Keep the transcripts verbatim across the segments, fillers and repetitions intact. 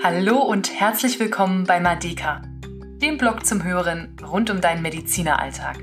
Hallo und herzlich willkommen bei Madeka, dem Blog zum Hören rund um deinen Medizineralltag.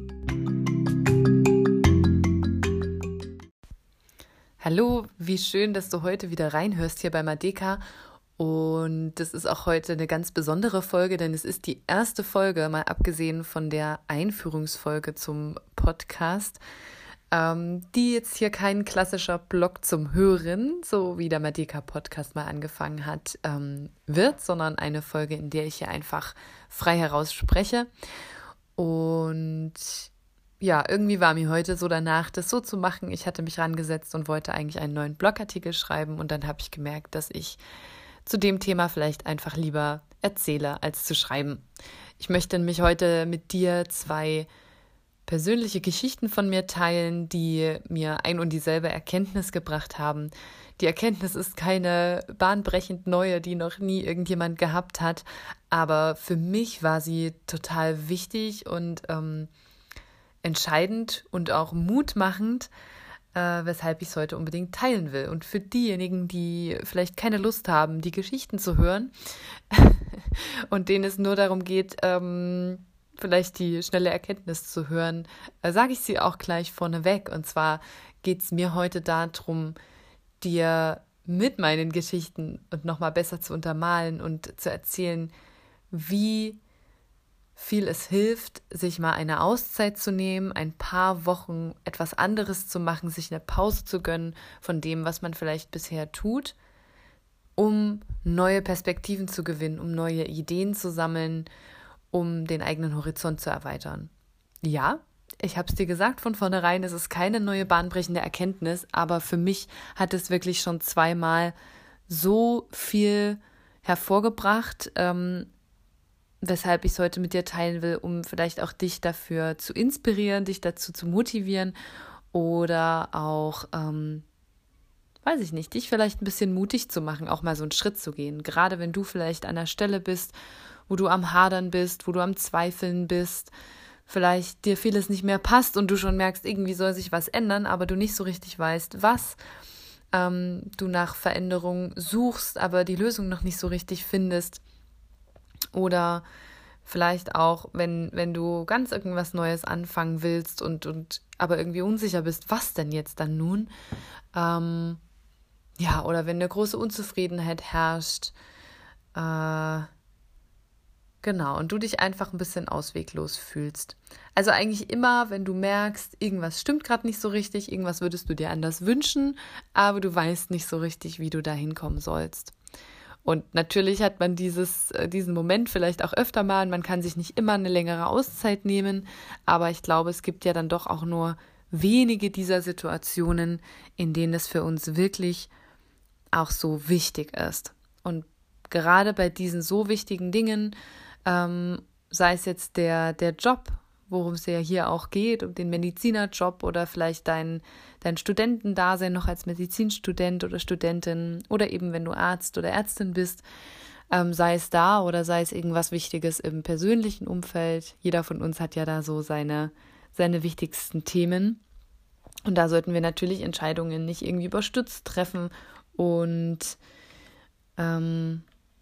Hallo, wie schön, dass du heute wieder reinhörst hier bei Madeka. Und das ist auch heute eine ganz besondere Folge, denn es ist die erste Folge, mal abgesehen von der Einführungsfolge zum Podcast, ähm, die jetzt hier kein klassischer Blog zum Hören, so wie der Madeka-Podcast mal angefangen hat, ähm, wird, sondern eine Folge, in der ich hier einfach frei heraus spreche. Und ja, irgendwie war mir heute so danach, das so zu machen. Ich hatte mich rangesetzt und wollte eigentlich einen neuen Blogartikel schreiben und dann habe ich gemerkt, dass ich zu dem Thema vielleicht einfach lieber erzähle, als zu schreiben. Ich möchte nämlich heute mit dir zwei persönliche Geschichten von mir teilen, die mir ein und dieselbe Erkenntnis gebracht haben. Die Erkenntnis ist keine bahnbrechend neue, die noch nie irgendjemand gehabt hat, aber für mich war sie total wichtig und ähm, entscheidend und auch mutmachend, äh, weshalb ich es heute unbedingt teilen will. Und für diejenigen, die vielleicht keine Lust haben, die Geschichten zu hören und denen es nur darum geht, ähm, vielleicht die schnelle Erkenntnis zu hören, äh, sage ich sie auch gleich vorneweg. Und zwar geht es mir heute darum, dir mit meinen Geschichten und nochmal besser zu untermalen und zu erzählen, wie viel es hilft, sich mal eine Auszeit zu nehmen, ein paar Wochen etwas anderes zu machen, sich eine Pause zu gönnen von dem, was man vielleicht bisher tut, um neue Perspektiven zu gewinnen, um neue Ideen zu sammeln, um den eigenen Horizont zu erweitern. Ja, ich habe es dir gesagt von vornherein, es ist keine neue bahnbrechende Erkenntnis, aber für mich hat es wirklich schon zweimal so viel hervorgebracht, ähm, weshalb ich es heute mit dir teilen will, um vielleicht auch dich dafür zu inspirieren, dich dazu zu motivieren oder auch, ähm, weiß ich nicht, dich vielleicht ein bisschen mutig zu machen, auch mal so einen Schritt zu gehen. Gerade wenn du vielleicht an der Stelle bist, wo du am Hadern bist, wo du am Zweifeln bist, vielleicht dir vieles nicht mehr passt und du schon merkst, irgendwie soll sich was ändern, aber du nicht so richtig weißt, was. Ähm, du nach Veränderung suchst, aber die Lösung noch nicht so richtig findest. Oder vielleicht auch, wenn, wenn du ganz irgendwas Neues anfangen willst und, und aber irgendwie unsicher bist, was denn jetzt dann nun? Ähm, ja, oder wenn eine große Unzufriedenheit herrscht. Äh, genau, und du dich einfach ein bisschen ausweglos fühlst. Also eigentlich immer, wenn du merkst, irgendwas stimmt gerade nicht so richtig, irgendwas würdest du dir anders wünschen, aber du weißt nicht so richtig, wie du da hinkommen sollst. Und natürlich hat man dieses, diesen Moment vielleicht auch öfter mal und man kann sich nicht immer eine längere Auszeit nehmen, aber ich glaube, es gibt ja dann doch auch nur wenige dieser Situationen, in denen es für uns wirklich auch so wichtig ist. Und gerade bei diesen so wichtigen Dingen, ähm, sei es jetzt der, der Job, worum es ja hier auch geht, um den Medizinerjob oder vielleicht dein, dein Studentendasein noch als Medizinstudent oder Studentin oder eben wenn du Arzt oder Ärztin bist, ähm, sei es da oder sei es irgendwas Wichtiges im persönlichen Umfeld. Jeder von uns hat ja da so seine, seine wichtigsten Themen und da sollten wir natürlich Entscheidungen nicht irgendwie überstürzt treffen und ähm,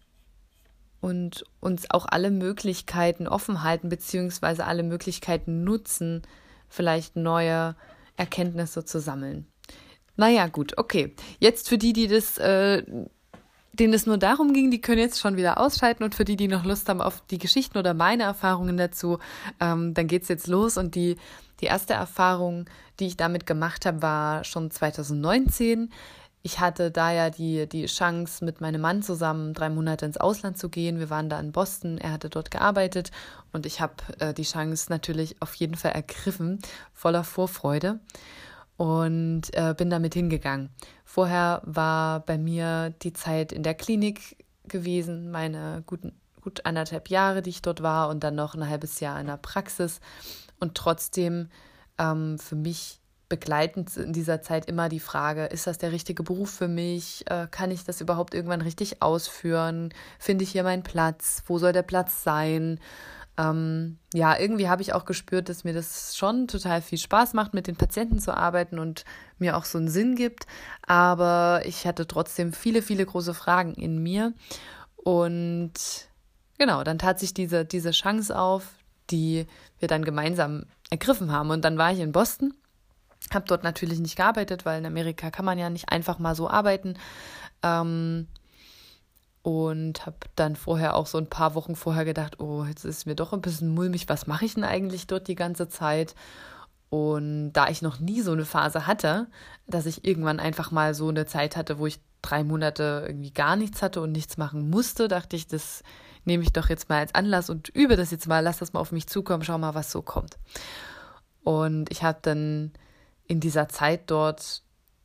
und uns auch alle Möglichkeiten offen halten, beziehungsweise alle Möglichkeiten nutzen, vielleicht neue Erkenntnisse zu sammeln. Naja, gut, okay. Jetzt für die, die das, äh, denen es nur darum ging, die können jetzt schon wieder ausschalten und für die, die noch Lust haben auf die Geschichten oder meine Erfahrungen dazu, ähm, dann geht's jetzt los und die, die erste Erfahrung, die ich damit gemacht habe, war schon zwanzig neunzehn. Ich hatte da ja die, die Chance, mit meinem Mann zusammen drei Monate ins Ausland zu gehen. Wir waren da in Boston, er hatte dort gearbeitet und ich habe äh, die Chance natürlich auf jeden Fall ergriffen, voller Vorfreude und äh, bin damit hingegangen. Vorher war bei mir die Zeit in der Klinik gewesen, meine guten, gut anderthalb Jahre, die ich dort war und dann noch ein halbes Jahr in der Praxis und trotzdem ähm, für mich begleitend in dieser Zeit immer die Frage, ist das der richtige Beruf für mich? Äh, kann ich das überhaupt irgendwann richtig ausführen? Finde ich hier meinen Platz? Wo soll der Platz sein? Ähm, ja, irgendwie habe ich auch gespürt, dass mir das schon total viel Spaß macht, mit den Patienten zu arbeiten und mir auch so einen Sinn gibt. Aber ich hatte trotzdem viele, viele große Fragen in mir Und genau, dann tat sich diese, diese Chance auf, die wir dann gemeinsam ergriffen haben. Und dann war ich in Boston, habe dort natürlich nicht gearbeitet, weil in Amerika kann man ja nicht einfach mal so arbeiten. Ähm, und habe dann vorher auch so ein paar Wochen vorher gedacht, oh, jetzt ist mir doch ein bisschen mulmig, was mache ich denn eigentlich dort die ganze Zeit? Und da ich noch nie so eine Phase hatte, dass ich irgendwann einfach mal so eine Zeit hatte, wo ich drei Monate irgendwie gar nichts hatte und nichts machen musste, dachte ich, das nehme ich doch jetzt mal als Anlass und übe das jetzt mal, lass das mal auf mich zukommen, schau mal, was so kommt. Und ich habe dann in dieser Zeit dort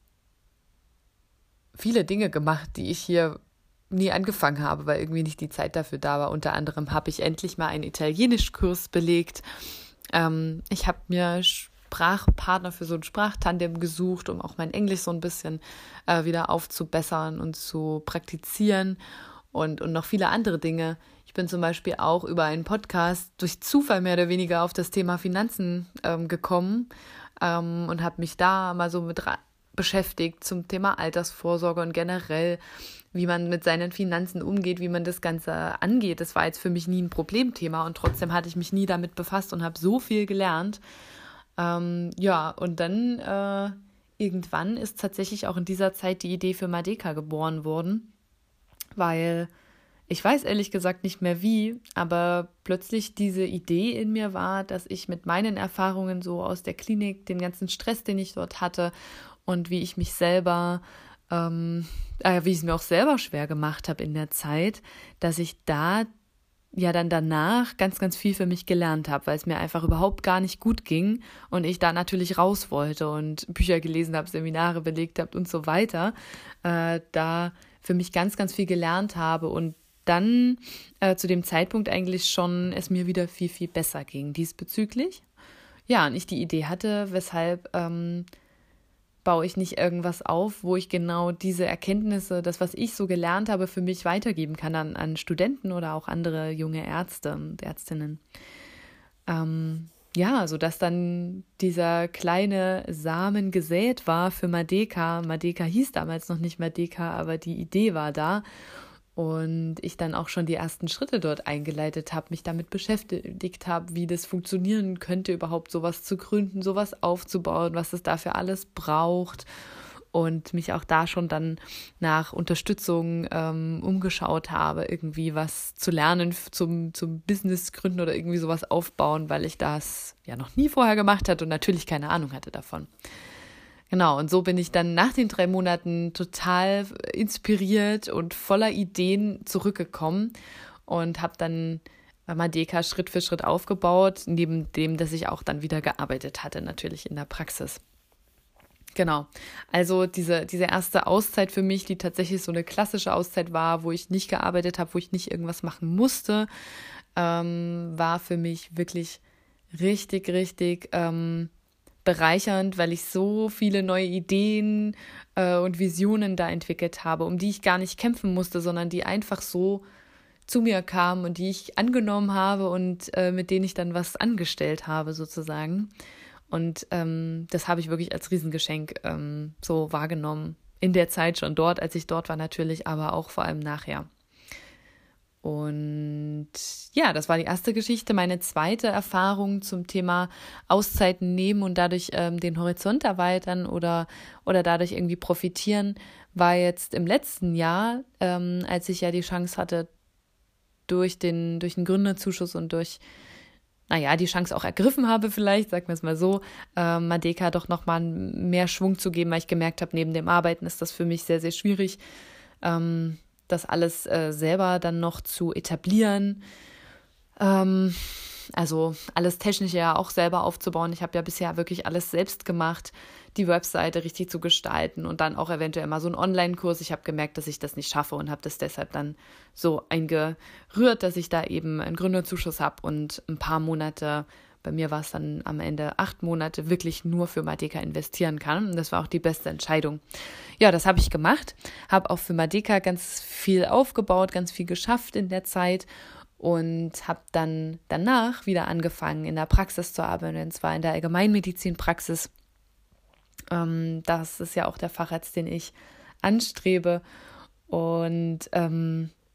viele Dinge gemacht, die ich hier nie angefangen habe, weil irgendwie nicht die Zeit dafür da war. Unter anderem habe ich endlich mal einen Italienischkurs belegt. Ähm, ich habe mir Sprachpartner für so ein Sprachtandem gesucht, um auch mein Englisch so ein bisschen äh, wieder aufzubessern und zu praktizieren und, und noch viele andere Dinge. Ich bin zum Beispiel auch über einen Podcast durch Zufall mehr oder weniger auf das Thema Finanzen ähm, gekommen ähm, und habe mich da mal so mit ra- beschäftigt zum Thema Altersvorsorge und generell, wie man mit seinen Finanzen umgeht, wie man das Ganze angeht. Das war jetzt für mich nie ein Problemthema und trotzdem hatte ich mich nie damit befasst und habe so viel gelernt. Ähm, ja, und dann äh, irgendwann ist tatsächlich auch in dieser Zeit die Idee für Madeka geboren worden, weil ich weiß ehrlich gesagt nicht mehr wie, aber plötzlich diese Idee in mir war, dass ich mit meinen Erfahrungen so aus der Klinik, den ganzen Stress, den ich dort hatte und wie ich mich selber, ähm, äh, wie ich es mir auch selber schwer gemacht habe in der Zeit, dass ich da ja dann danach ganz, ganz viel für mich gelernt habe, weil es mir einfach überhaupt gar nicht gut ging und ich da natürlich raus wollte und Bücher gelesen habe, Seminare belegt habe und so weiter, äh, da für mich ganz, ganz viel gelernt habe und dann äh, zu dem Zeitpunkt eigentlich schon es mir wieder viel, viel besser ging diesbezüglich. Ja, und ich die Idee hatte, weshalb ähm, baue ich nicht irgendwas auf, wo ich genau diese Erkenntnisse, das, was ich so gelernt habe, für mich weitergeben kann an, an Studenten oder auch andere junge Ärzte und Ärztinnen. Ähm, ja, sodass dann dieser kleine Samen gesät war für Madeka. Madeka hieß damals noch nicht Madeka, aber die Idee war da. Und ich dann auch schon die ersten Schritte dort eingeleitet habe, mich damit beschäftigt habe, wie das funktionieren könnte, überhaupt sowas zu gründen, sowas aufzubauen, was es dafür alles braucht. Und mich auch da schon dann nach Unterstützung ähm, umgeschaut habe, irgendwie was zu lernen zum, zum Business gründen oder irgendwie sowas aufbauen, weil ich das ja noch nie vorher gemacht hatte und natürlich keine Ahnung hatte davon. Genau, und so bin ich dann nach den drei Monaten total inspiriert und voller Ideen zurückgekommen und habe dann Madeka Schritt für Schritt aufgebaut, neben dem, dass ich auch dann wieder gearbeitet hatte, natürlich in der Praxis. Genau, also diese, diese erste Auszeit für mich, die tatsächlich so eine klassische Auszeit war, wo ich nicht gearbeitet habe, wo ich nicht irgendwas machen musste, ähm, war für mich wirklich richtig, richtig ähm, bereichernd, weil ich so viele neue Ideen äh, und Visionen da entwickelt habe, um die ich gar nicht kämpfen musste, sondern die einfach so zu mir kamen und die ich angenommen habe und äh, mit denen ich dann was angestellt habe sozusagen. Und ähm, das habe ich wirklich als Riesengeschenk ähm, so wahrgenommen. In der Zeit schon dort, als ich dort war natürlich, aber auch vor allem nachher. Und ja, das war die erste Geschichte. Meine zweite Erfahrung zum Thema Auszeiten nehmen und dadurch ähm, den Horizont erweitern oder, oder dadurch irgendwie profitieren, war jetzt im letzten Jahr, ähm, als ich ja die Chance hatte, durch den, durch den Gründerzuschuss und durch, naja, die Chance auch ergriffen habe vielleicht, sagen wir es mal so, äh, Madeka doch nochmal mehr Schwung zu geben, weil ich gemerkt habe, neben dem Arbeiten ist das für mich sehr, sehr schwierig, ähm, das alles äh, selber dann noch zu etablieren, ähm, also alles Technische ja auch selber aufzubauen. Ich habe ja bisher wirklich alles selbst gemacht, die Webseite richtig zu gestalten und dann auch eventuell mal so einen Online-Kurs. Ich habe gemerkt, dass ich das nicht schaffe und habe das deshalb dann so eingerührt, dass ich da eben einen Gründerzuschuss habe und ein paar Monate, bei mir war es dann am Ende acht Monate, wirklich nur für Madeka investieren kann. Und das war auch die beste Entscheidung. Ja, das habe ich gemacht, habe auch für Madeka ganz viel aufgebaut, ganz viel geschafft in der Zeit und habe dann danach wieder angefangen, in der Praxis zu arbeiten, und zwar in der Allgemeinmedizinpraxis. Ähm, das ist ja auch der Facharzt, den ich anstrebe. Und, ähm,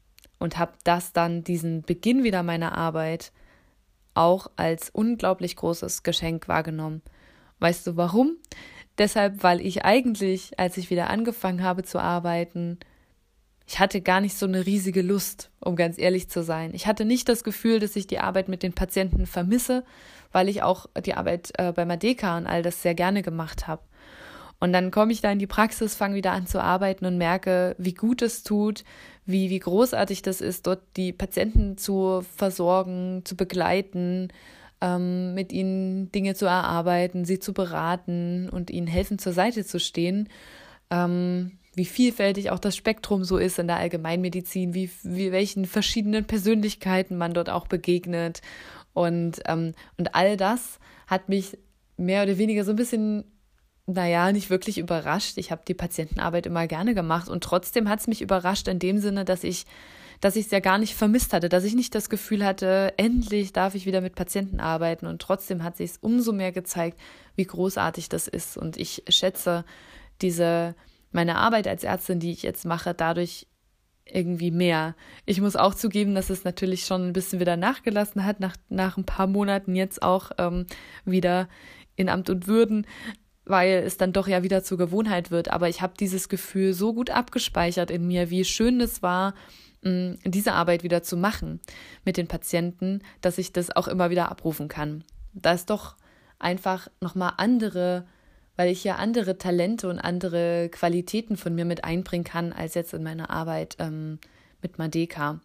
und habe das dann, diesen Beginn wieder meiner Arbeit, auch als unglaublich großes Geschenk wahrgenommen. Weißt du warum? Deshalb, weil ich eigentlich, als ich wieder angefangen habe zu arbeiten, ich hatte gar nicht so eine riesige Lust, um ganz ehrlich zu sein. Ich hatte nicht das Gefühl, dass ich die Arbeit mit den Patienten vermisse, weil ich auch die Arbeit äh, bei Madeka und all das sehr gerne gemacht habe. Und dann komme ich da in die Praxis, fange wieder an zu arbeiten und merke, wie gut es tut, wie, wie großartig das ist, dort die Patienten zu versorgen, zu begleiten, ähm, mit ihnen Dinge zu erarbeiten, sie zu beraten und ihnen helfen, zur Seite zu stehen. Ähm, wie vielfältig auch das Spektrum so ist in der Allgemeinmedizin, wie, wie welchen verschiedenen Persönlichkeiten man dort auch begegnet. Und, ähm, und all das hat mich mehr oder weniger so ein bisschen, naja, nicht wirklich überrascht. Ich habe die Patientenarbeit immer gerne gemacht und trotzdem hat es mich überrascht in dem Sinne, dass ich dass ich es ja gar nicht vermisst hatte, dass ich nicht das Gefühl hatte, endlich darf ich wieder mit Patienten arbeiten, und trotzdem hat sich es umso mehr gezeigt, wie großartig das ist, und ich schätze diese meine Arbeit als Ärztin, die ich jetzt mache, dadurch irgendwie mehr. Ich muss auch zugeben, dass es natürlich schon ein bisschen wieder nachgelassen hat, nach, nach ein paar Monaten jetzt auch ähm, wieder in Amt und Würden, weil es dann doch ja wieder zur Gewohnheit wird. Aber ich habe dieses Gefühl so gut abgespeichert in mir, wie schön es war, mh, diese Arbeit wieder zu machen mit den Patienten, dass ich das auch immer wieder abrufen kann. Da ist doch einfach nochmal andere, weil ich ja andere Talente und andere Qualitäten von mir mit einbringen kann, als jetzt in meiner Arbeit ähm, mit Madeka.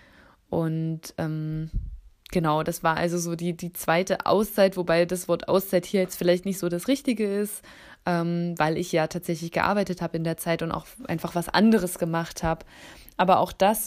Und ähm, genau, das war also so die, die zweite Auszeit, wobei das Wort Auszeit hier jetzt vielleicht nicht so das Richtige ist, ähm, weil ich ja tatsächlich gearbeitet habe in der Zeit und auch einfach was anderes gemacht habe. Aber auch das,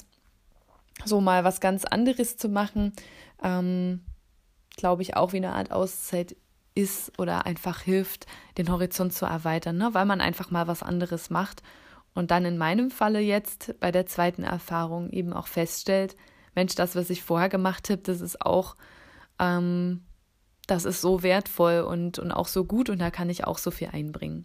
so mal was ganz anderes zu machen, ähm, glaube ich auch wie eine Art Auszeit ist oder einfach hilft, den Horizont zu erweitern, ne? Weil man einfach mal was anderes macht und dann in meinem Falle jetzt bei der zweiten Erfahrung eben auch feststellt, Mensch, das, was ich vorher gemacht habe, das ist auch, ähm, das ist so wertvoll und, und auch so gut, und da kann ich auch so viel einbringen.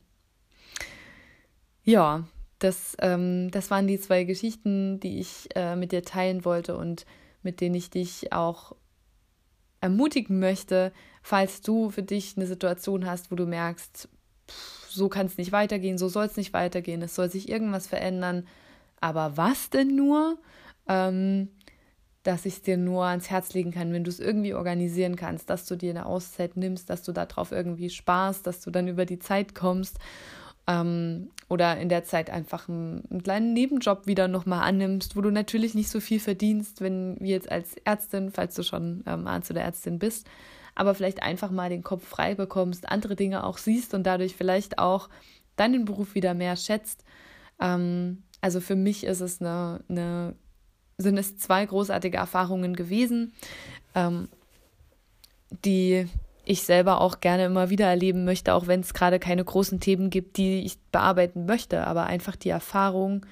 Ja, das, ähm, das waren die zwei Geschichten, die ich äh, mit dir teilen wollte und mit denen ich dich auch ermutigen möchte, falls du für dich eine Situation hast, wo du merkst, pff, so kann es nicht weitergehen, so soll es nicht weitergehen, es soll sich irgendwas verändern, aber was denn nur? Ähm, dass ich es dir nur ans Herz legen kann, wenn du es irgendwie organisieren kannst, dass du dir eine Auszeit nimmst, dass du darauf irgendwie sparst, dass du dann über die Zeit kommst ähm, oder in der Zeit einfach einen, einen kleinen Nebenjob wieder nochmal annimmst, wo du natürlich nicht so viel verdienst, wenn wie jetzt als Ärztin, falls du schon ähm, Arzt oder Ärztin bist, aber vielleicht einfach mal den Kopf frei bekommst, andere Dinge auch siehst und dadurch vielleicht auch deinen Beruf wieder mehr schätzt. Ähm, also für mich ist es eine, eine sind es zwei großartige Erfahrungen gewesen, ähm, die ich selber auch gerne immer wieder erleben möchte, auch wenn es gerade keine großen Themen gibt, die ich bearbeiten möchte, aber einfach die Erfahrung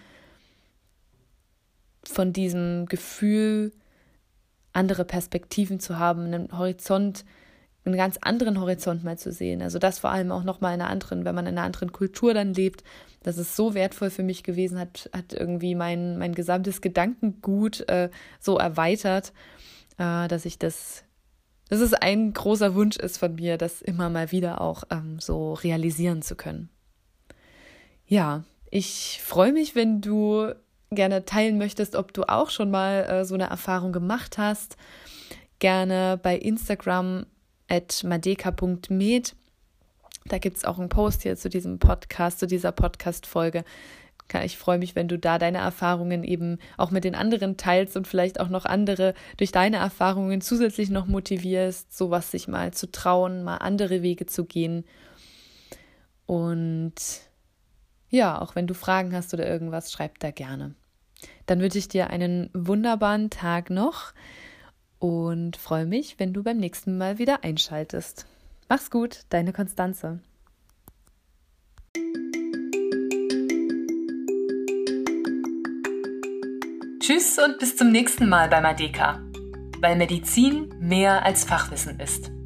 von diesem Gefühl, andere Perspektiven zu haben, einen Horizont, einen ganz anderen Horizont mal zu sehen. Also das vor allem auch nochmal in einer anderen, wenn man in einer anderen Kultur dann lebt, das ist so wertvoll für mich gewesen, hat, hat irgendwie mein, mein gesamtes Gedankengut äh, so erweitert, äh, dass ich das, dass es ein großer Wunsch ist von mir, das immer mal wieder auch ähm, so realisieren zu können. Ja, ich freue mich, wenn du gerne teilen möchtest, ob du auch schon mal äh, so eine Erfahrung gemacht hast. Gerne bei Instagram at madeka punkt med. Da gibt es auch einen Post hier zu diesem Podcast, zu dieser Podcast-Folge. Ich freue mich, wenn du da deine Erfahrungen eben auch mit den anderen teilst und vielleicht auch noch andere durch deine Erfahrungen zusätzlich noch motivierst, sowas sich mal zu trauen, mal andere Wege zu gehen. Und ja, auch wenn du Fragen hast oder irgendwas, schreib da gerne. Dann wünsche ich dir einen wunderbaren Tag noch und freue mich, wenn du beim nächsten Mal wieder einschaltest. Mach's gut, deine Konstanze. Tschüss und bis zum nächsten Mal bei Madeka, weil Medizin mehr als Fachwissen ist.